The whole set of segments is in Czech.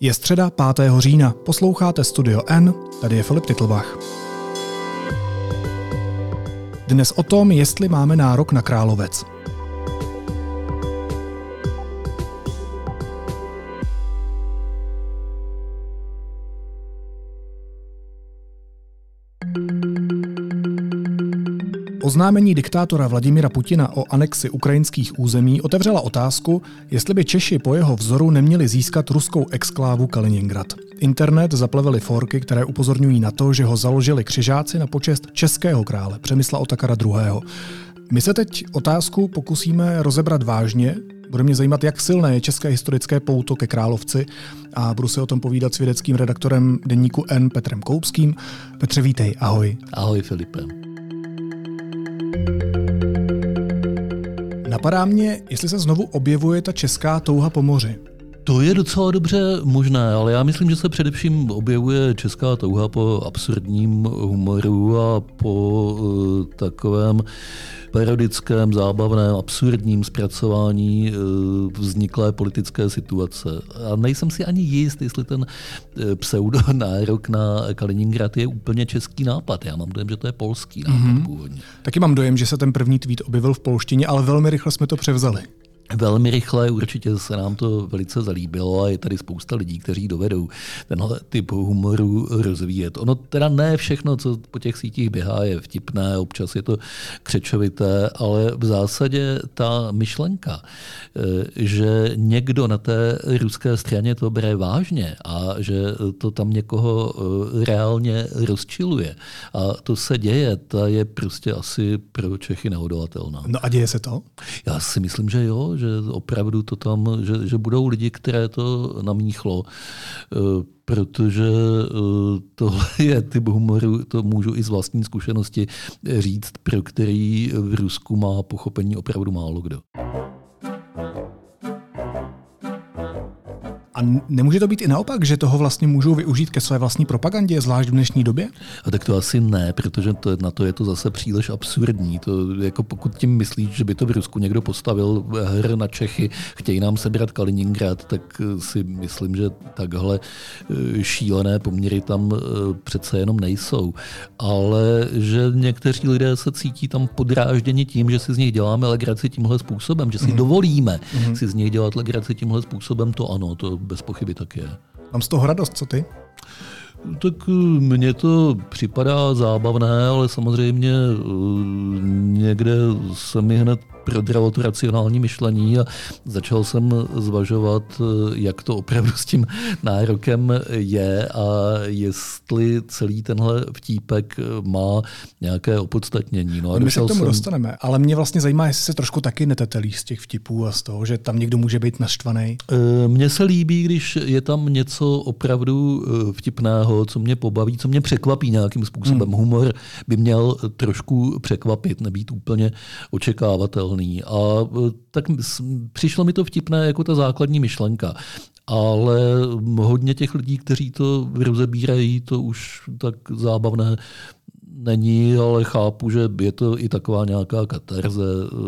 Je středa 5. října, posloucháte Studio N, tady je Filip Titlbach. Dnes o tom, jestli máme nárok na Královec. Oznámení diktátora Vladimira Putina o anexi ukrajinských území otevřela otázku, jestli by Češi po jeho vzoru neměli získat ruskou exklávu Kaliningrad. Internet zaplavily forky, které upozorňují na to, že ho založili křižáci na počest českého krále Přemysla Otakara II. My se teď otázku pokusíme rozebrat vážně. Bude mě zajímat, jak silné je české historické pouto ke královci a budu se o tom povídat s vědeckým redaktorem deníku N Petrem Koupským. Petře, vítej, ahoj. Ahoj, Filipe. Napadá mě, jestli se znovu objevuje ta česká touha po moři. To je docela dobře možné, ale já myslím, že se především objevuje česká touha po absurdním humoru a po takovém parodickém, zábavném, absurdním zpracování vzniklé politické situace. A nejsem si ani jist, jestli ten pseudonárok na Kaliningrad je úplně český nápad. Já mám dojem, že to je polský nápad původně. Taky mám dojem, že se ten první tweet objevil v polštině, ale velmi rychle jsme to převzali. Velmi rychle, určitě se nám to velice zalíbilo a je tady spousta lidí, kteří dovedou tenhle typ humoru rozvíjet. Ono teda ne všechno, co po těch sítích běhá, je vtipné, občas je to křečovité, ale v zásadě ta myšlenka, že někdo na té ruské straně to bere vážně a že to tam někoho reálně rozčiluje a to se děje, ta je prostě asi pro Čechy neodolatelná. No a děje se to? Já si myslím, že jo, že opravdu to tam, že budou lidi, které to namíchlo, protože tohle je typ humoru, to můžu i z vlastní zkušenosti říct, pro který v Rusku má pochopení opravdu málo kdo. A nemůže to být i naopak, že toho vlastně můžou využít ke své vlastní propagandě, zvlášť v dnešní době? A tak to asi ne, protože na to je to zase příliš absurdní. To, jako pokud tím myslíš, že by to v Rusku někdo postavil hr na Čechy, chtějí nám sebrat Kaliningrad, tak si myslím, že takhle šílené poměry tam přece jenom nejsou. Ale že někteří lidé se cítí tam podrážděni tím, že si z nich děláme legraci tímhle způsobem, že si dovolíme si z nich dělat legraci tímhle způsobem, to ano, to bez pochyby tak je. Mám z toho radost, co ty? Tak mně to připadá zábavné, ale samozřejmě někde se mi hned prodralo to racionální myšlení a začal jsem zvažovat, jak to opravdu s tím nárokem je a jestli celý tenhle vtípek má nějaké opodstatnění. No a my se k tomu dostaneme, ale mě vlastně zajímá, jestli se trošku taky netetelíš z těch vtipů a z toho, že tam někdo může být naštvaný. Mně se líbí, když je tam něco opravdu vtipného, co mě pobaví, co mě překvapí nějakým způsobem. Humor by měl trošku překvapit, nebýt úplně očekávatelný. A tak přišlo mi to vtipné jako ta základní myšlenka. Ale hodně těch lidí, kteří to rozebírají, to už tak zábavné není, ale chápu, že je to i taková nějaká katarze,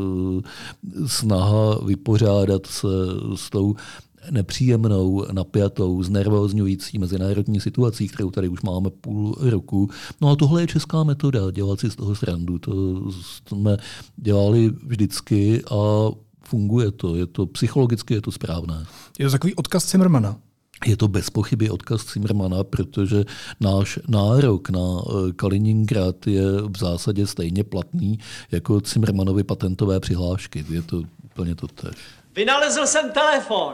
snaha vypořádat se s tou nepříjemnou, napjatou, znervózňující mezinárodní situací, kterou tady už máme půl roku. No a tohle je česká metoda, dělat si z toho srandu. To jsme dělali vždycky a funguje to. Je to psychologicky je to správné. Je to takový odkaz Cimrmana. Je to bez pochyby odkaz Cimrmana, protože náš nárok na Kaliningrad je v zásadě stejně platný jako Cimrmanovy patentové přihlášky. Je to úplně to též. Vynalezl jsem telefon.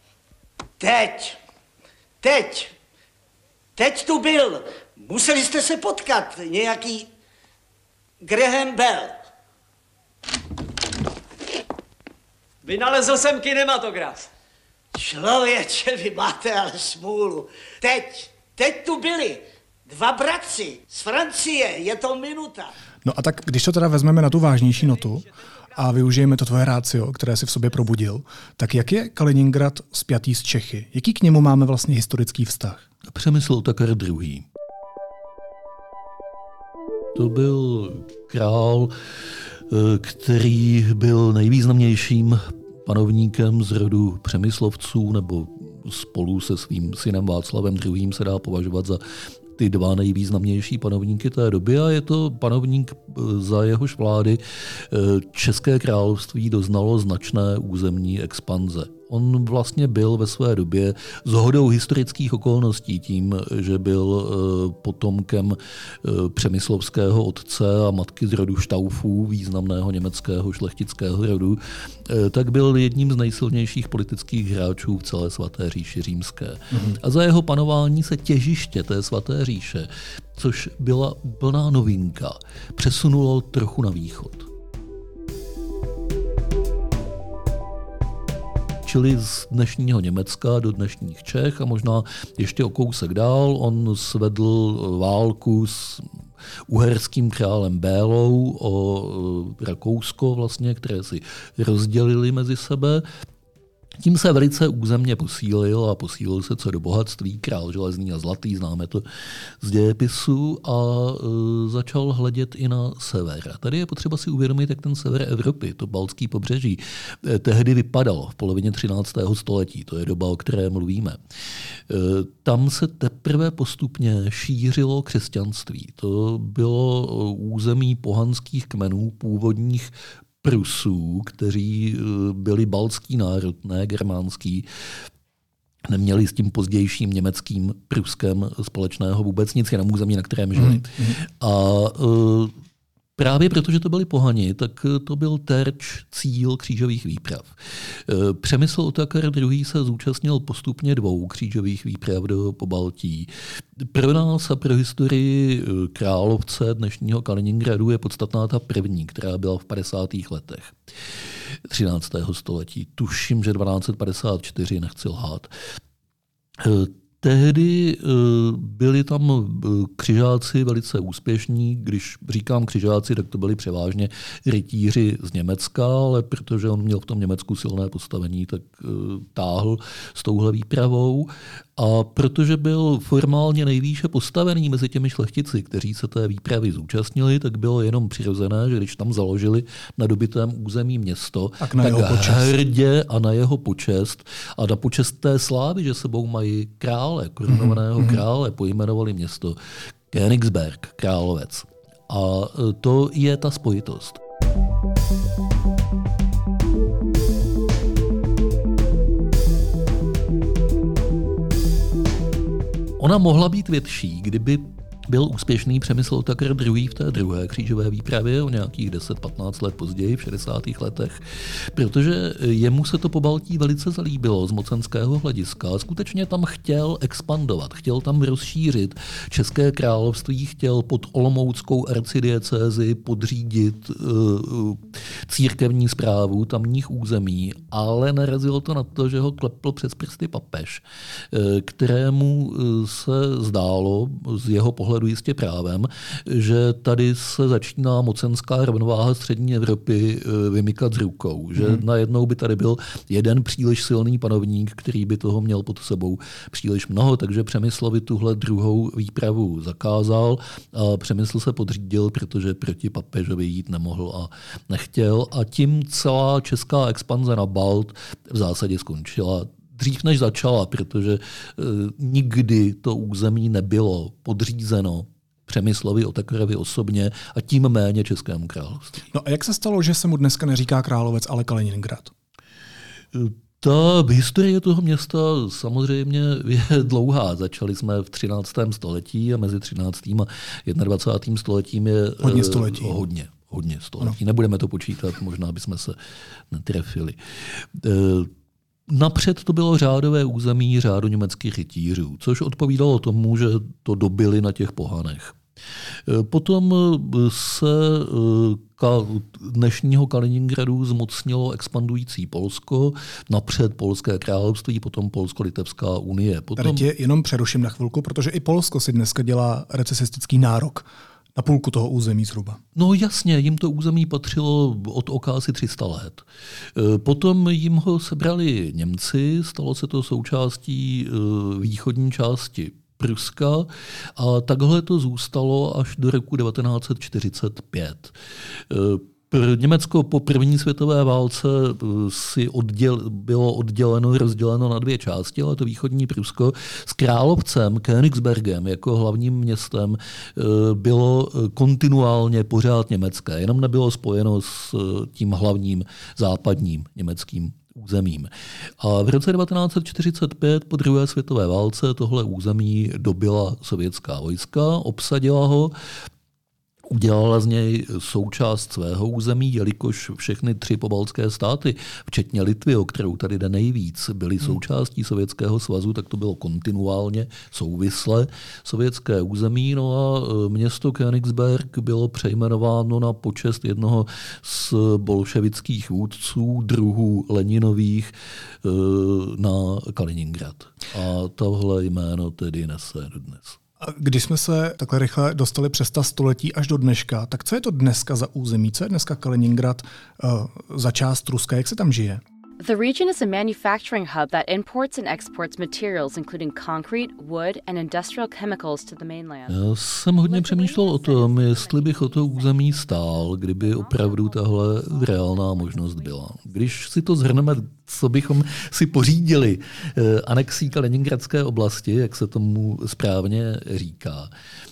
Teď tu byl. Museli jste se potkat. Nějaký Graham Bell. Vynalezl jsem kinematograf. Člověče, vy máte ale smůlu. Teď tu byli 2 bratři z Francie. Je to minuta. No a tak, když to teda vezmeme na tu vážnější notu a využijeme to tvoje rácio, které si v sobě probudil, tak jak je Kaliningrad spjatý s Čechy? Jaký k němu máme vlastně historický vztah? Přemysl Otakar II. To byl král, který byl nejvýznamnějším panovníkem z rodu Přemyslovců nebo spolu se svým synem Václavem II. Se dá považovat za ty dva nejvýznamnější panovníky té doby a je to panovník, za jehož vlády České království doznalo značné územní expanze. On vlastně byl ve své době shodou historických okolností tím, že byl potomkem přemyslovského otce a matky z rodu Štaufů, významného německého šlechtického rodu, tak byl jedním z nejsilnějších politických hráčů v celé svaté říši římské. A za jeho panování se těžiště té svaté říše, což byla úplná novinka, přesunulo trochu na východ. Čili z dnešního Německa do dnešních Čech a možná ještě o kousek dál. On svedl válku s uherským králem Bélou o Rakousko vlastně, které si rozdělili mezi sebe. Tím se velice územně posílil se co do bohatství, král železný a zlatý, známe to z dějepisu, a začal hledět i na sever. A tady je potřeba si uvědomit, jak ten sever Evropy, to baltské pobřeží, tehdy vypadalo v polovině 13. století, to je doba, o které mluvíme. Tam se teprve postupně šířilo křesťanství. To bylo území pohanských kmenů, původních Prusů, kteří byli baltský národ, ne germánský, neměli s tím pozdějším německým Pruskem společného vůbec nic, jenom území, na kterém žili. A právě protože to byli pohani, tak to byl terč, cíl křížových výprav. Přemysl Otakar II. Se zúčastnil postupně 2 křížových výprav do Pobaltí. Pro nás a pro historii Královce dnešního Kaliningradu je podstatná ta první, která byla v 50. letech 13. století. Tuším, že 1254, nechci lhát. Tehdy byli tam křižáci velice úspěšní. Když říkám křižáci, tak to byli převážně rytíři z Německa, ale protože on měl v tom Německu silné postavení, tak táhl s touhle výpravou. A protože byl formálně nejvýše postavený mezi těmi šlechtici, kteří se té výpravy zúčastnili, tak bylo jenom přirozené, že když tam založili na dobytém území město, tak hrdě a na jeho počest a na počest té slávy, že sebou mají krále, korunovaného krále, pojmenovali město Königsberg, Královec. A to je ta spojitost. Ona mohla být větší, kdyby byl úspěšný Přemysl Otakar II. V té druhé křížové výpravě o nějakých 10-15 let později, v 60. letech, protože jemu se to Pobaltí velice zalíbilo z mocenského hlediska a skutečně tam chtěl expandovat, chtěl tam rozšířit České království, chtěl pod olomouckou arcidiecézi podřídit církevní správu tamních území, ale narazilo to na to, že ho klepl přes prsty papež, kterému se zdálo z jeho pohledu jistě právem, že tady se začíná mocenská rovnováha střední Evropy vymykat z rukou. Že najednou by tady byl jeden příliš silný panovník, který by toho měl pod sebou příliš mnoho, takže Přemyslovi tuhle druhou výpravu zakázal a Přemysl se podřídil, protože proti papežovi jít nemohl a nechtěl. A tím celá česká expanze na Balt v zásadě skončila. Dřív než začala, protože nikdy to území nebylo podřízeno Přemyslovi Otakarovi osobně a tím méně Českému království. No a jak se stalo, že se mu dneska neříká Královec, ale Kaliningrad? Ta historie toho města samozřejmě je dlouhá. Začali jsme v 13. století a mezi 13. a 21. stoletím je hodně století. Hodně století. Ano. Nebudeme to počítat, možná bychom se netrefili. Napřed to bylo řádové území řádu německých rytířů, což odpovídalo tomu, že to dobyli na těch pohanech. Potom se dnešního Kaliningradu zmocnilo expandující Polsko, napřed Polské království, potom Polsko-Litevská unie. Tady tě jenom přeruším na chvilku, protože i Polsko si dneska dělá recesistický nárok na půlku toho území zhruba. No jasně, jim to území patřilo od oka asi 300 let. Potom jim ho sebrali Němci, stalo se to součástí východní části Pruska a takhle to zůstalo až do roku 1945. Německo po první světové válce bylo rozděleno na dvě části, ale to východní Prusko s Královcem, Königsbergem jako hlavním městem bylo kontinuálně pořád německé, jenom nebylo spojeno s tím hlavním západním německým územím. A v roce 1945 po druhé světové válce tohle území dobyla sovětská vojska, obsadila ho, udělala z něj součást svého území, jelikož všechny 3 pobaltské státy, včetně Litvy, o kterou tady jde nejvíc, byly součástí Sovětského svazu, tak to bylo kontinuálně souvisle sovětské území. No a město Königsberg bylo přejmenováno na počest jednoho z bolševických vůdců, druhů Leninových, na Kaliningrad. A tohle jméno tedy nese dodnes. A když jsme se takhle rychle dostali přes ta století až do dneška, tak co je to dneska za území? Co je dneska Kaliningrad za část Ruska? Jak se tam žije? The region is a manufacturing hub that imports and exports materials including concrete, wood and industrial chemicals to the mainland. Já jsem hodně přemýšlel o tom, jestli bych o to území stál, kdyby opravdu tahle reálná možnost byla. Když si to shrneme, co bychom si pořídili anexí Kaliningradské oblasti, jak se tomu správně říká,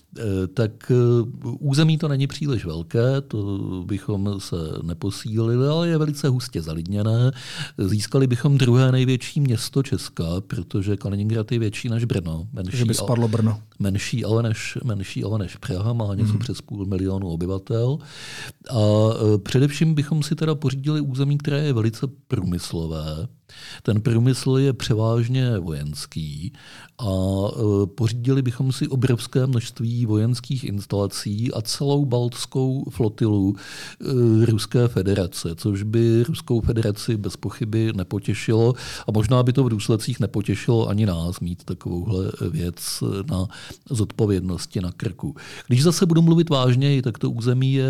tak území to není příliš velké, to bychom se neposílili, ale je velice hustě zalidněné. Získali bychom druhé největší město Česka, protože Kaliningrad je větší než Brno. Že by spadlo Brno. Menší ale než Praha, má něco přes 500 000 obyvatel. A především bychom si teda pořídili území, které je velice průmyslové. Ten průmysl je převážně vojenský a pořídili bychom si obrovské množství vojenských instalací a celou baltskou flotilu Ruské federace, což by Ruskou federaci bez pochyby nepotěšilo a možná by to v důsledcích nepotěšilo ani nás mít takovouhle věc na zodpovědnosti na krku. Když zase budu mluvit vážněji, tak to území je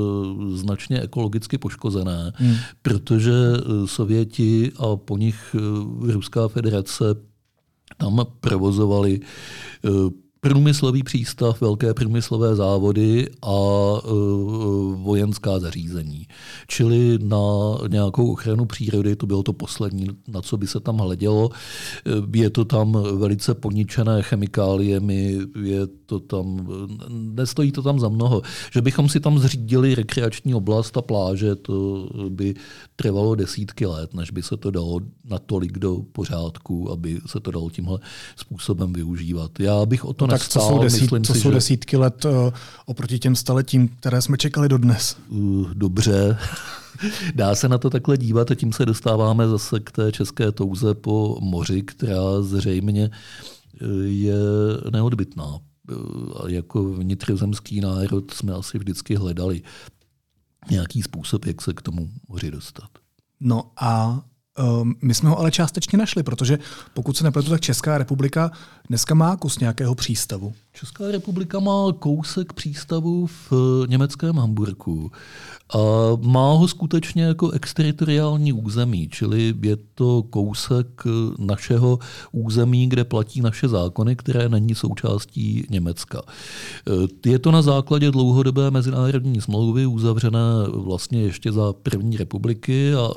značně ekologicky poškozené, protože Sověti a po nich Ruská federace tam provozovali průmyslový přístav, velké průmyslové závody a vojenská zařízení. Čili na nějakou ochranu přírody to bylo to poslední, na co by se tam hledělo. Je to tam velice poničené chemikáliemi, nestojí to tam za mnoho. Že bychom si tam zřídili rekreační oblast a pláže, to by trvalo desítky let, než by se to dalo natolik do pořádku, aby se to dalo tímhle způsobem využívat. Já bych o to tak co jsou desítky let oproti těm staletím, které jsme čekali dodnes? Dobře. Dá se na to takhle dívat a tím se dostáváme zase k té české touze po moři, která zřejmě je neodbytná. Jako vnitrozemský národ jsme asi vždycky hledali nějaký způsob, jak se k tomu moři dostat. No a my jsme ho ale částečně našli, protože pokud se nepletu, tak Česká republika dneska má kus nějakého přístavu. Česká republika má kousek přístavu v německém Hamburku a má ho skutečně jako exteritoriální území, čili je to kousek našeho území, kde platí naše zákony, které není součástí Německa. Je to na základě dlouhodobé mezinárodní smlouvy uzavřené vlastně ještě za první republiky a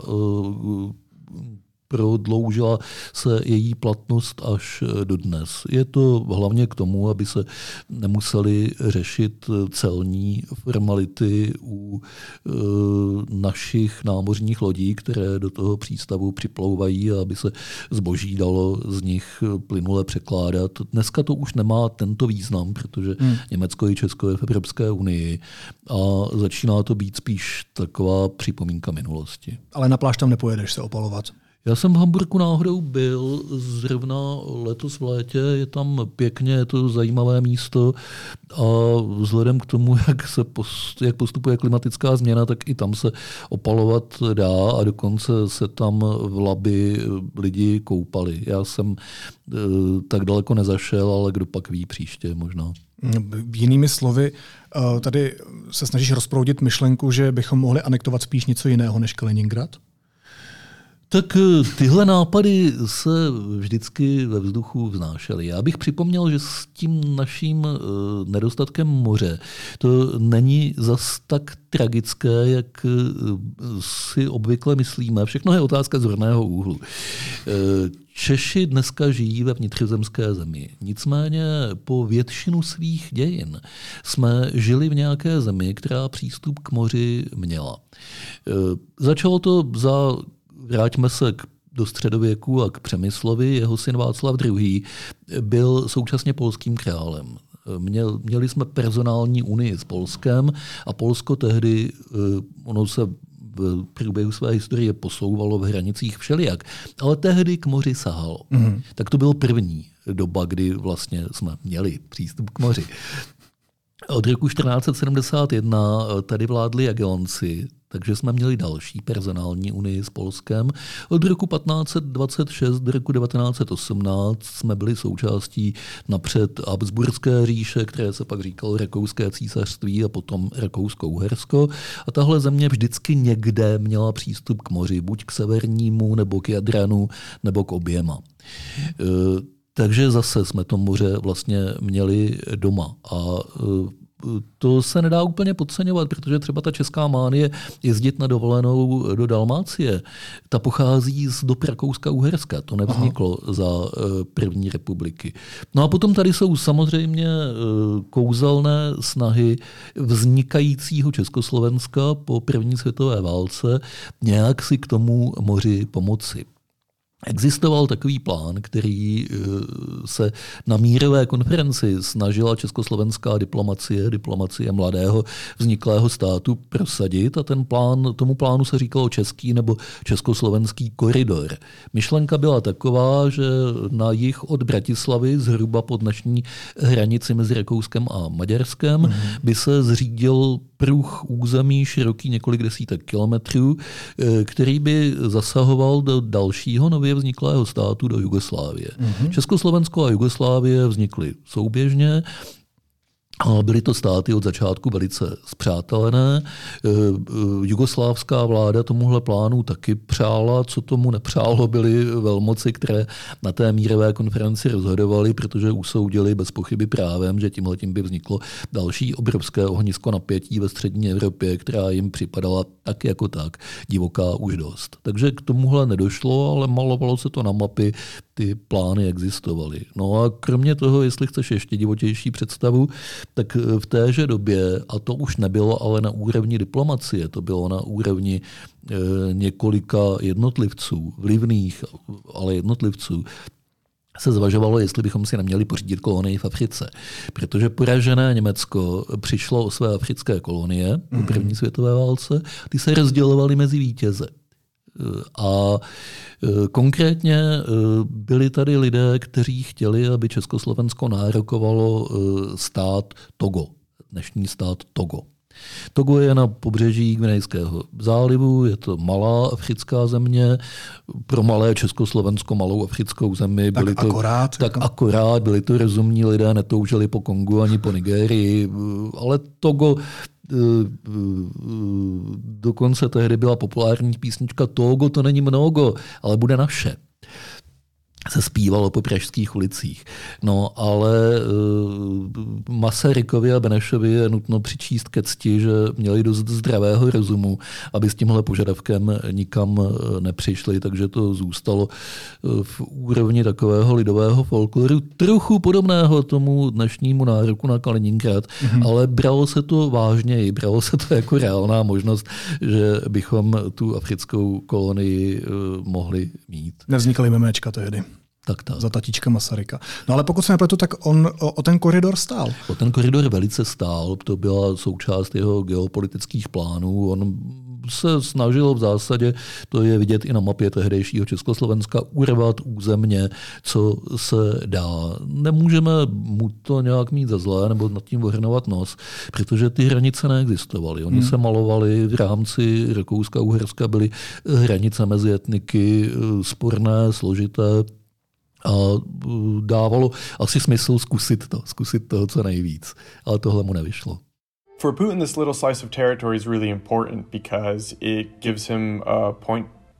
prodloužila se její platnost až dodnes. Je to hlavně k tomu, aby se nemuseli řešit celní formality u našich námořních lodí, které do toho přístavu připlouvají a aby se zboží dalo z nich plynule překládat. Dneska to už nemá tento význam, protože Německo i Česko je v Evropské unii a začíná to být spíš taková připomínka minulosti. Ale na pláž tam nepojedeš se opalovat. Já jsem v Hamburku náhodou byl zrovna letos v létě, je tam pěkně, je to zajímavé místo a vzhledem k tomu, jak postupuje klimatická změna, tak i tam se opalovat dá a dokonce se tam v Labi lidi koupali. Já jsem tak daleko nezašel, ale kdo pak ví příště možná. Jinými slovy, tady se snažíš rozproudit myšlenku, že bychom mohli anektovat spíš něco jiného než Kaliningrad? Tak tyhle nápady se vždycky ve vzduchu vznášely. Já bych připomněl, že s tím naším nedostatkem moře to není zas tak tragické, jak si obvykle myslíme. Všechno je otázka zorného úhlu. Češi dneska žijí ve vnitřozemské zemi. Nicméně po většinu svých dějin jsme žili v nějaké zemi, která přístup k moři měla. Začalo to Vráťme se do středověku a k Přemyslovi. Jeho syn Václav II. Byl současně polským králem. Měli jsme personální unii s Polskem a Polsko tehdy, ono se v průběhu své historie posouvalo v hranicích všelijak, ale tehdy k moři sahalo. Tak to byl první doba, kdy vlastně jsme měli přístup k moři. Od roku 1471 tady vládli Jagellonci, takže jsme měli další personální unii s Polskem. Od roku 1526 do roku 1918 jsme byli součástí napřed Habsburské říše, které se pak říkalo Rakouské císařství a potom Rakousko-Uhersko. A tahle země vždycky někde měla přístup k moři, buď k severnímu, nebo k Jadranu, nebo k oběma. Takže zase jsme to moře vlastně měli doma. A to se nedá úplně podceňovat, protože třeba ta česká mánie jezdit na dovolenou do Dalmácie, ta pochází z dob Rakouska-Uherska. To nevzniklo za první republiky. No a potom tady jsou samozřejmě kouzelné snahy vznikajícího Československa po první světové válce nějak si k tomu moři pomoci. Existoval takový plán, který se na mírové konferenci snažila československá diplomacie mladého vzniklého státu prosadit a tomu plánu se říkalo český nebo československý koridor. Myšlenka byla taková, že na jih od Bratislavy, zhruba po dnešní hranici mezi Rakouskem a Maďarskem, by se zřídil pruh území široký několik desítek kilometrů, který by zasahoval do dalšího nově vzniklého státu, do Jugoslávie. Československo a Jugoslávie vznikly souběžně. A byly to státy od začátku velice spřátelené. Jugoslávská vláda tomuhle plánu taky přála, co tomu nepřálo, byly velmoci, které na té mírové konferenci rozhodovaly, protože usoudili bez pochyby právem, že tímhletím by vzniklo další obrovské ohnisko napětí ve střední Evropě, která jim připadala tak jako tak divoká už dost. Takže k tomuhle nedošlo, ale malovalo se to na mapy, ty plány existovaly. No a kromě toho, jestli chceš ještě divotější představu, tak v téže době, a to už nebylo ale na úrovni diplomacie, to bylo na úrovni několika jednotlivců, vlivných, ale jednotlivců, se zvažovalo, jestli bychom si neměli pořídit kolonii v Africe. Protože poražené Německo přišlo o své africké kolonie po první světové válce, ty se rozdělovaly mezi vítěze. A konkrétně byli tady lidé, kteří chtěli, aby Československo nárokovalo stát Togo, dnešní stát Togo. Togo je na pobřeží Gvinejského zálivu, je to malá africká země, pro malé Československo, malou africkou zemi. Byli to rozumní lidé, netoužili po Kongu ani po Nigérii, ale Togo, dokonce tehdy byla populární písnička Togo to není mnogo, ale bude naše. Se zpívalo po pražských ulicích. No, ale Masarykovi a Benešovi je nutno přičíst ke cti, že měli dost zdravého rozumu, aby s tímhle požadavkem nikam nepřišli, takže to zůstalo v úrovni takového lidového folkloru, trochu podobného tomu dnešnímu nároku na Kaliningrad, ale bralo se to vážněji, bralo se to jako reálná možnost, že bychom tu africkou kolonii mohli mít. Nevznikaly memečka tehdy. Tak. Za tatíčka Masaryka. No ale pokud se nepletu, tak on o ten koridor stál. O ten koridor velice stál, to byla součást jeho geopolitických plánů. On se snažil v zásadě, to je vidět i na mapě tehdejšího Československa, urvat územně, co se dá. Nemůžeme mu to nějak mít za zlé nebo nad tím ohrnovat nos, protože ty hranice neexistovaly. Oni se malovali v rámci Rakouska-Uherska, byly hranice mezi etniky sporné, složité, a dávalo asi smysl zkusit toho co nejvíc. Ale tohle mu nevyšlo. For Putin, this little slice of territory is really important because it gives him a point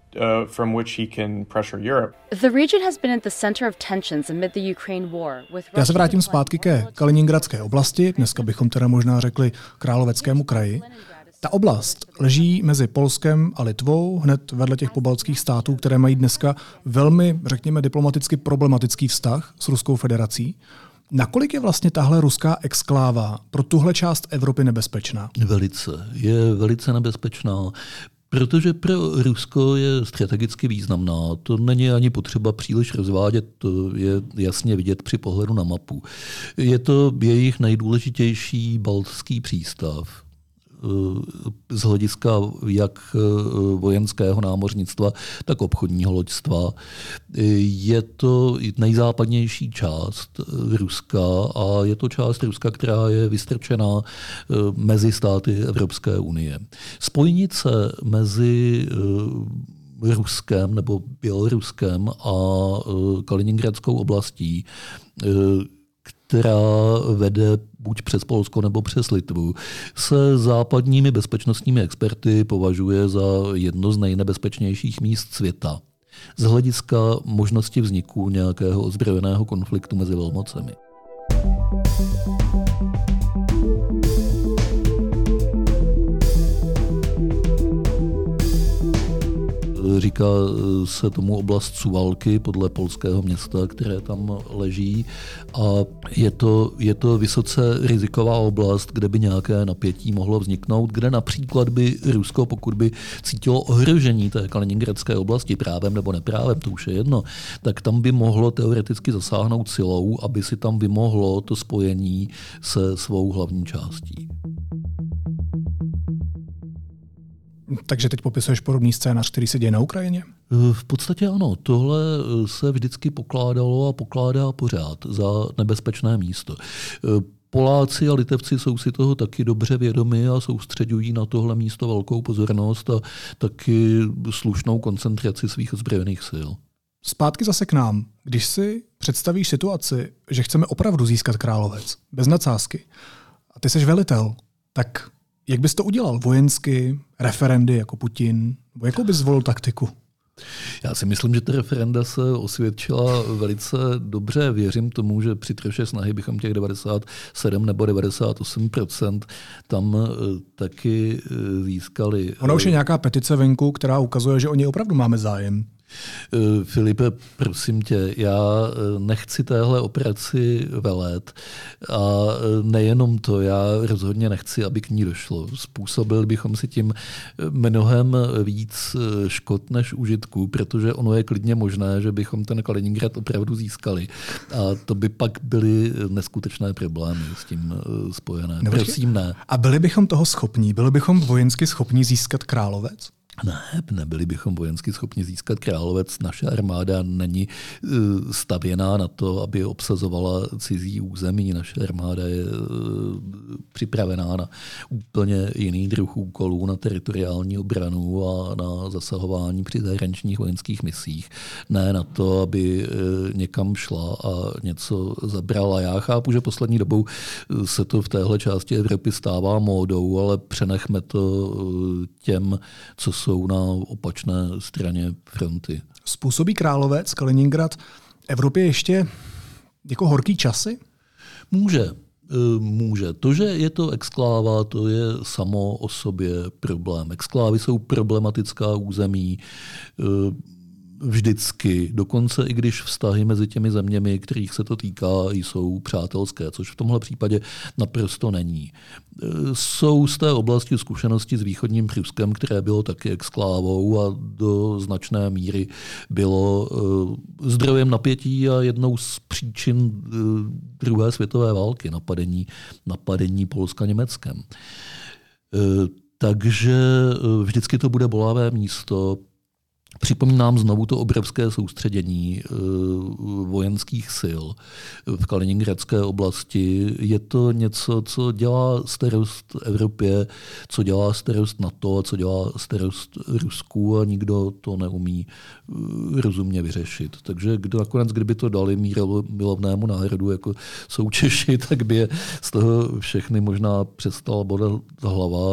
from which he can pressure Europe. The region has been at the center of tensions amid the Ukraine war. Já se vrátím zpátky ke Kaliningradské oblasti, dneska bychom teda možná řekli Královeckému kraji. Ta oblast leží mezi Polskem a Litvou, hned vedle těch pobaltských států, které mají dneska velmi, řekněme, diplomaticky problematický vztah s Ruskou federací. Nakolik je vlastně tahle ruská exkláva pro tuhle část Evropy nebezpečná? Je velice nebezpečná. Protože pro Rusko je strategicky významná. To není ani potřeba příliš rozvádět, to je jasně vidět při pohledu na mapu. Je to jejich nejdůležitější baltský přístav z hlediska jak vojenského námořnictva, tak obchodního loďstva. Je to nejzápadnější část Ruska a je to část Ruska, která je vystrčená mezi státy Evropské unie. Spojnice mezi Ruskem nebo Běloruskem a Kaliningradskou oblastí, která vede buď přes Polsko nebo přes Litvu, se západními bezpečnostními experty považuje za jedno z nejnebezpečnějších míst světa z hlediska možnosti vzniku nějakého ozbrojeného konfliktu mezi velmocemi. Říká se tomu oblast Suwałki podle polského města, které tam leží. A je to vysoce riziková oblast, kde by nějaké napětí mohlo vzniknout, kde například by Rusko, pokud by cítilo ohrožení té Kaliningradské oblasti právem nebo neprávem, to už je jedno, tak tam by mohlo teoreticky zasáhnout silou, aby si tam vymohlo to spojení se svou hlavní částí. Takže teď popisuješ podobný scénář, který se děje na Ukrajině? V podstatě ano. Tohle se vždycky pokládalo a pokládá pořád za nebezpečné místo. Poláci a Litevci jsou si toho taky dobře vědomi a soustředují na tohle místo velkou pozornost a taky slušnou koncentraci svých ozbrojených sil. Zpátky zase k nám. Když si představíš situaci, že chceme opravdu získat Královec, bez nadsázky, a ty seš velitel, tak jak bys to udělal? Vojensky, referendy jako Putin? Nebo jakou bys zvolil taktiku? Já si myslím, že ta referenda se osvědčila velice dobře. Věřím tomu, že při troše snahy bychom těch 97 nebo 98% tam taky získali. Ona už je nějaká petice venku, která ukazuje, že o něj opravdu máme zájem. Filipe, prosím tě, já nechci téhle operaci velet a nejenom to, já rozhodně nechci, aby k ní došlo. Způsobil bychom si tím mnohem víc škod než užitku, protože ono je klidně možné, že bychom ten Kaliningrad opravdu získali a to by pak byly neskutečné problémy s tím spojené. Prosím, ne. A byli bychom toho schopní? Byli bychom vojensky schopní získat Královec? Ne, nebyli bychom vojensky schopni získat Královec. Naše armáda není stavěná na to, aby obsazovala cizí území. Naše armáda je připravená na úplně jiný druh úkolů, na teritoriální obranu a na zasahování při zahraničních vojenských misích. Ne na to, aby někam šla a něco zabrala. Já chápu, že poslední dobou se to v téhle části Evropy stává módou, ale přenechme to těm, co jsou na opačné straně fronty. Způsobí Královec, Kaliningrad Evropě ještě jako horký časy? Může. To, že je to exkláva, to je samo o sobě problém. Exklávy jsou problematická území vždycky, dokonce i když vztahy mezi těmi zeměmi, kterých se to týká, jsou přátelské, což v tomhle případě naprosto není. Jsou z té oblasti zkušenosti s východním Pruskem, které bylo taky exklávou a do značné míry bylo zdrojem napětí a jednou z příčin druhé světové války, napadení Polska Německem. Takže vždycky to bude bolavé místo. Připomínám znovu to obrovské soustředění vojenských sil v Kaliningradské oblasti. Je to něco, co dělá starost Evropě, co dělá starost NATO a co dělá starost Rusku a nikdo to neumí rozumně vyřešit. Takže nakonec, kdyby to dali milovnému národu, jako jsou Češi, tak by je z toho všechny možná přestala bolet hlava.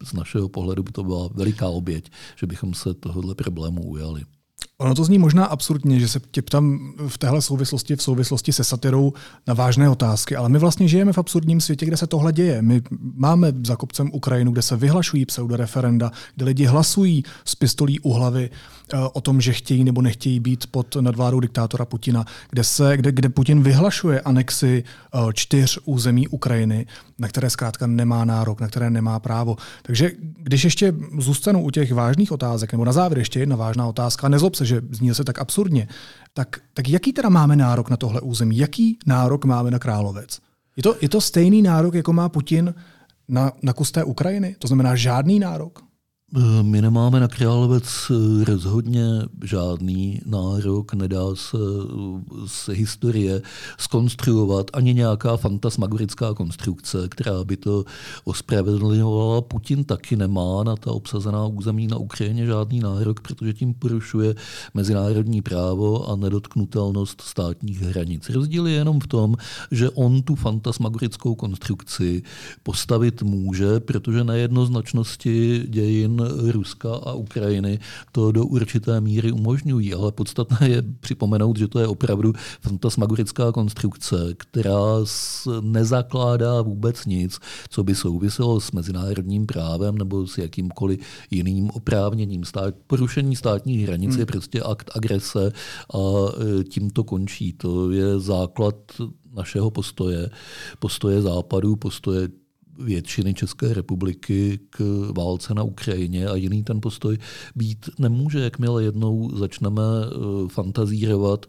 z našeho pohledu by to byla veliká oběť, že bychom se tohohle problému ujali. Ono to zní možná absurdně, že se tě ptám v téhle souvislosti, v souvislosti se satirou na vážné otázky, ale my vlastně žijeme v absurdním světě, kde se tohle děje. My máme za kopcem Ukrajinu, kde se vyhlašují pseudoreferenda, kde lidi hlasují s pistolí u hlavy o tom, že chtějí nebo nechtějí být pod nadvládou diktátora Putina, kde Putin vyhlašuje anexi 4 území Ukrajiny, na které zkrátka nemá nárok, na které nemá právo. Takže když ještě zůstanu u těch vážných otázek, nebo na závěr ještě jedna vážná otázka, nezlob se, že zní se tak absurdně, tak jaký teda máme nárok na tohle území? Jaký nárok máme na Královec? Je to stejný nárok, jako má Putin na kus té Ukrajiny? To znamená žádný nárok? My nemáme na Královec rozhodně žádný nárok, nedá se z historie zkonstruovat ani nějaká fantasmagorická konstrukce, která by to ospravedlňovala. Putin taky nemá na ta obsazená území na Ukrajině žádný nárok, protože tím porušuje mezinárodní právo a nedotknutelnost státních hranic. Rozdíl je jenom v tom, že on tu fantasmagorickou konstrukci postavit může, protože nejednoznačnosti dějin Ruska a Ukrajiny to do určité míry umožňují, ale podstatné je připomenout, že to je opravdu fantasmagorická konstrukce, která nezakládá vůbec nic, co by souviselo s mezinárodním právem nebo s jakýmkoliv jiným oprávněním. Porušení státních hranic je prostě akt agrese a tím to končí. To je základ našeho postoje Západu, postoje většiny České republiky k válce na Ukrajině a jiný ten postoj být nemůže. Jakmile jednou začneme fantazírovat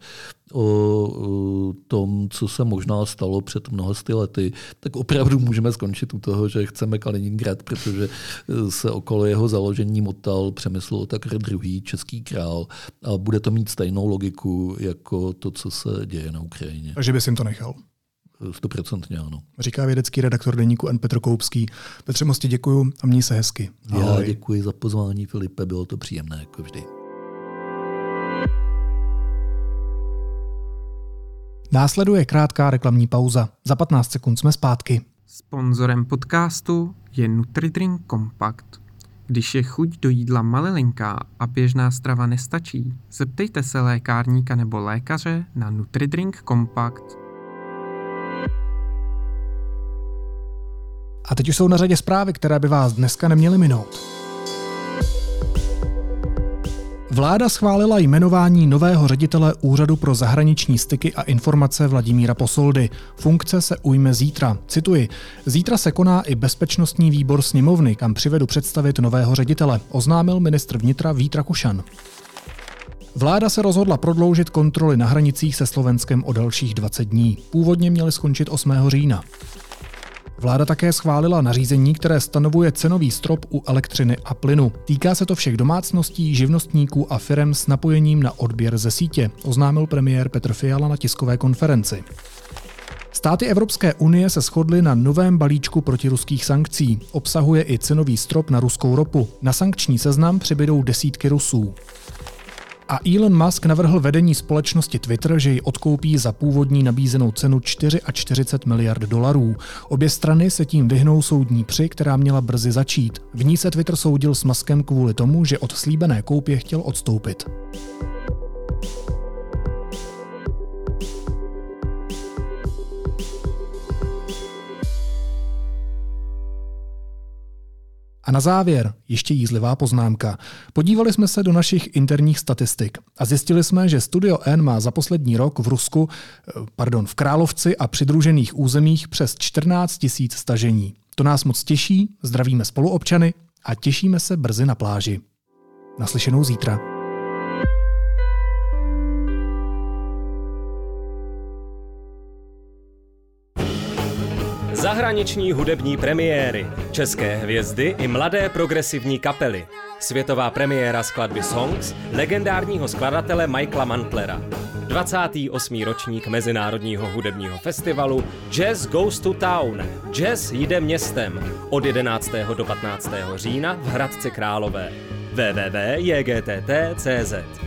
o tom, co se možná stalo před mnoha lety, tak opravdu můžeme skončit u toho, že chceme Kaliningrad, protože se okolo jeho založení motal Přemysl Otakar II., český král, a bude to mít stejnou logiku jako to, co se děje na Ukrajině. Takže bys jim to nechal? 100% ano. Říká vědecký redaktor deníku N. Petr Koupský. Petře, moc ti děkuju a měj se hezky. Ahoj. Já děkuji za pozvání, Filipe, bylo to příjemné jako vždy. Následuje krátká reklamní pauza. Za 15 sekund jsme zpátky. Sponzorem podcastu je NutriDrink Compact. Když je chuť do jídla malilinká a běžná strava nestačí, zeptejte se lékárníka nebo lékaře na NutriDrink Compact. A teď už jsou na řadě zprávy, které by vás dneska neměly minout. Vláda schválila jmenování nového ředitele Úřadu pro zahraniční styky a informace Vladimíra Posoldy. Funkce se ujme zítra. Cituji: zítra se koná i bezpečnostní výbor sněmovny, kam přivedu představit nového ředitele, oznámil ministr vnitra Vít Rakušan. Vláda se rozhodla prodloužit kontroly na hranicích se Slovenskem o dalších 20 dní. Původně měly skončit 8. října. Vláda také schválila nařízení, které stanovuje cenový strop u elektřiny a plynu. Týká se to všech domácností, živnostníků a firem s napojením na odběr ze sítě, oznámil premiér Petr Fiala na tiskové konferenci. Státy Evropské unie se shodly na novém balíčku protiruských sankcí. Obsahuje i cenový strop na ruskou ropu. Na sankční seznam přibydou desítky Rusů. A Elon Musk navrhl vedení společnosti Twitter, že ji odkoupí za původní nabízenou cenu 44 miliard dolarů. Obě strany se tím vyhnou soudní při, která měla brzy začít. V ní se Twitter soudil s Muskem kvůli tomu, že od slíbené koupě chtěl odstoupit. A na závěr ještě jízlivá poznámka. Podívali jsme se do našich interních statistik a zjistili jsme, že Studio N má za poslední rok v Královci a přidružených územích přes 14 000 stažení. To nás moc těší, zdravíme spoluobčany a těšíme se brzy na pláži. Naslyšenou zítra. Zahraniční hudební premiéry, české hvězdy i mladé progresivní kapely. Světová premiéra skladby Songs legendárního skladatele Michaela Mantlera. 28. ročník Mezinárodního hudebního festivalu Jazz Goes to Town. Jazz jde městem od 11. do 15. října v Hradci Králové. www.jgt.cz